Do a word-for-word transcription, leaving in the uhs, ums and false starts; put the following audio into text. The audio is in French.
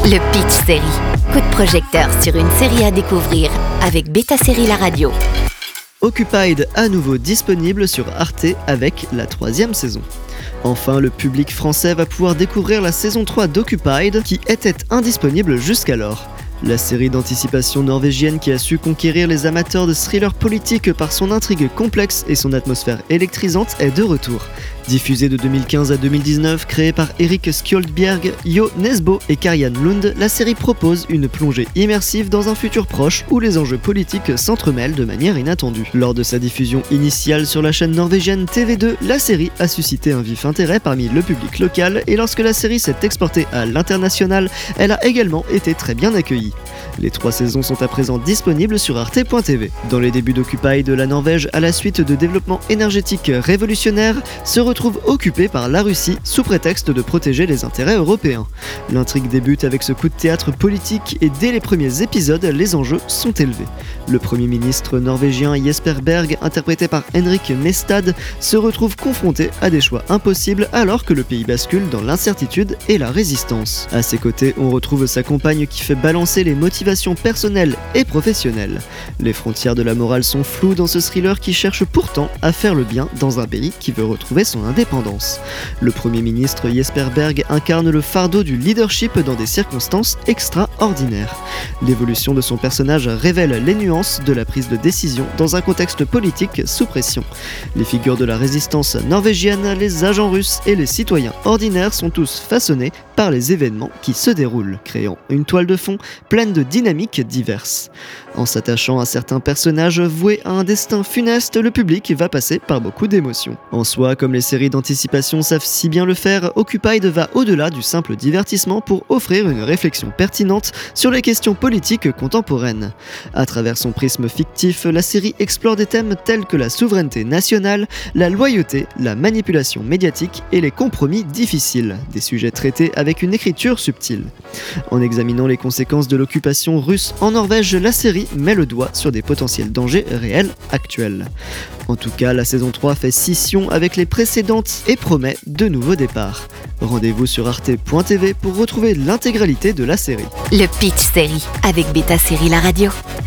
Le Pitch Série. Coup de projecteur sur une série à découvrir avec Beta Série La Radio. Occupied à nouveau disponible sur Arte avec la troisième saison. Enfin, le public français va pouvoir découvrir la saison trois d'Occupied qui était indisponible jusqu'alors. La série d'anticipation norvégienne qui a su conquérir les amateurs de thrillers politiques par son intrigue complexe et son atmosphère électrisante est de retour. Diffusée de deux mille quinze à deux mille dix-neuf, créée par Erik Skjoldbjerg, Jo Nesbø et Karianne Lund, la série propose une plongée immersive dans un futur proche où les enjeux politiques s'entremêlent de manière inattendue. Lors de sa diffusion initiale sur la chaîne norvégienne T V deux, la série a suscité un vif intérêt parmi le public local et lorsque la série s'est exportée à l'international, elle a également été très bien accueillie. Les trois saisons sont à présent disponibles sur arte point t v. Dans les débuts d'Occupied, la Norvège, à la suite de développements énergétiques révolutionnaires, se retrouve occupée par la Russie sous prétexte de protéger les intérêts européens. L'intrigue débute avec ce coup de théâtre politique et dès les premiers épisodes, les enjeux sont élevés. Le Premier ministre norvégien Jesper Berg, interprété par Henrik Mestad, se retrouve confronté à des choix impossibles alors que le pays bascule dans l'incertitude et la résistance. À ses côtés, on retrouve sa compagne qui fait balancer les motivations personnelles et professionnelles. Les frontières de la morale sont floues dans ce thriller qui cherche pourtant à faire le bien dans un pays qui veut retrouver son indépendance. Le Premier ministre Jesper Berg incarne le fardeau du leadership dans des circonstances extraordinaires. L'évolution de son personnage révèle les nuances de la prise de décision dans un contexte politique sous pression. Les figures de la résistance norvégienne, les agents russes et les citoyens ordinaires sont tous façonnés par les événements qui se déroulent, créant une toile de fond pleine de dynamiques diverses. En s'attachant à certains personnages voués à un destin funeste, le public va passer par beaucoup d'émotions. En soi, comme les séries d'anticipation savent si bien le faire, Occupied va au-delà du simple divertissement pour offrir une réflexion pertinente sur les questions politiques contemporaines. À travers son prisme fictif, la série explore des thèmes tels que la souveraineté nationale, la loyauté, la manipulation médiatique et les compromis difficiles, des sujets traités avec une écriture subtile. En examinant les conséquences de l'occupation russe en Norvège, la série met le doigt sur des potentiels dangers réels actuels. En tout cas, la saison trois fait scission avec les précédentes et promet de nouveaux départs. Rendez-vous sur arte point t v pour retrouver l'intégralité de la série. Le Pitch Série avec Beta Série La Radio.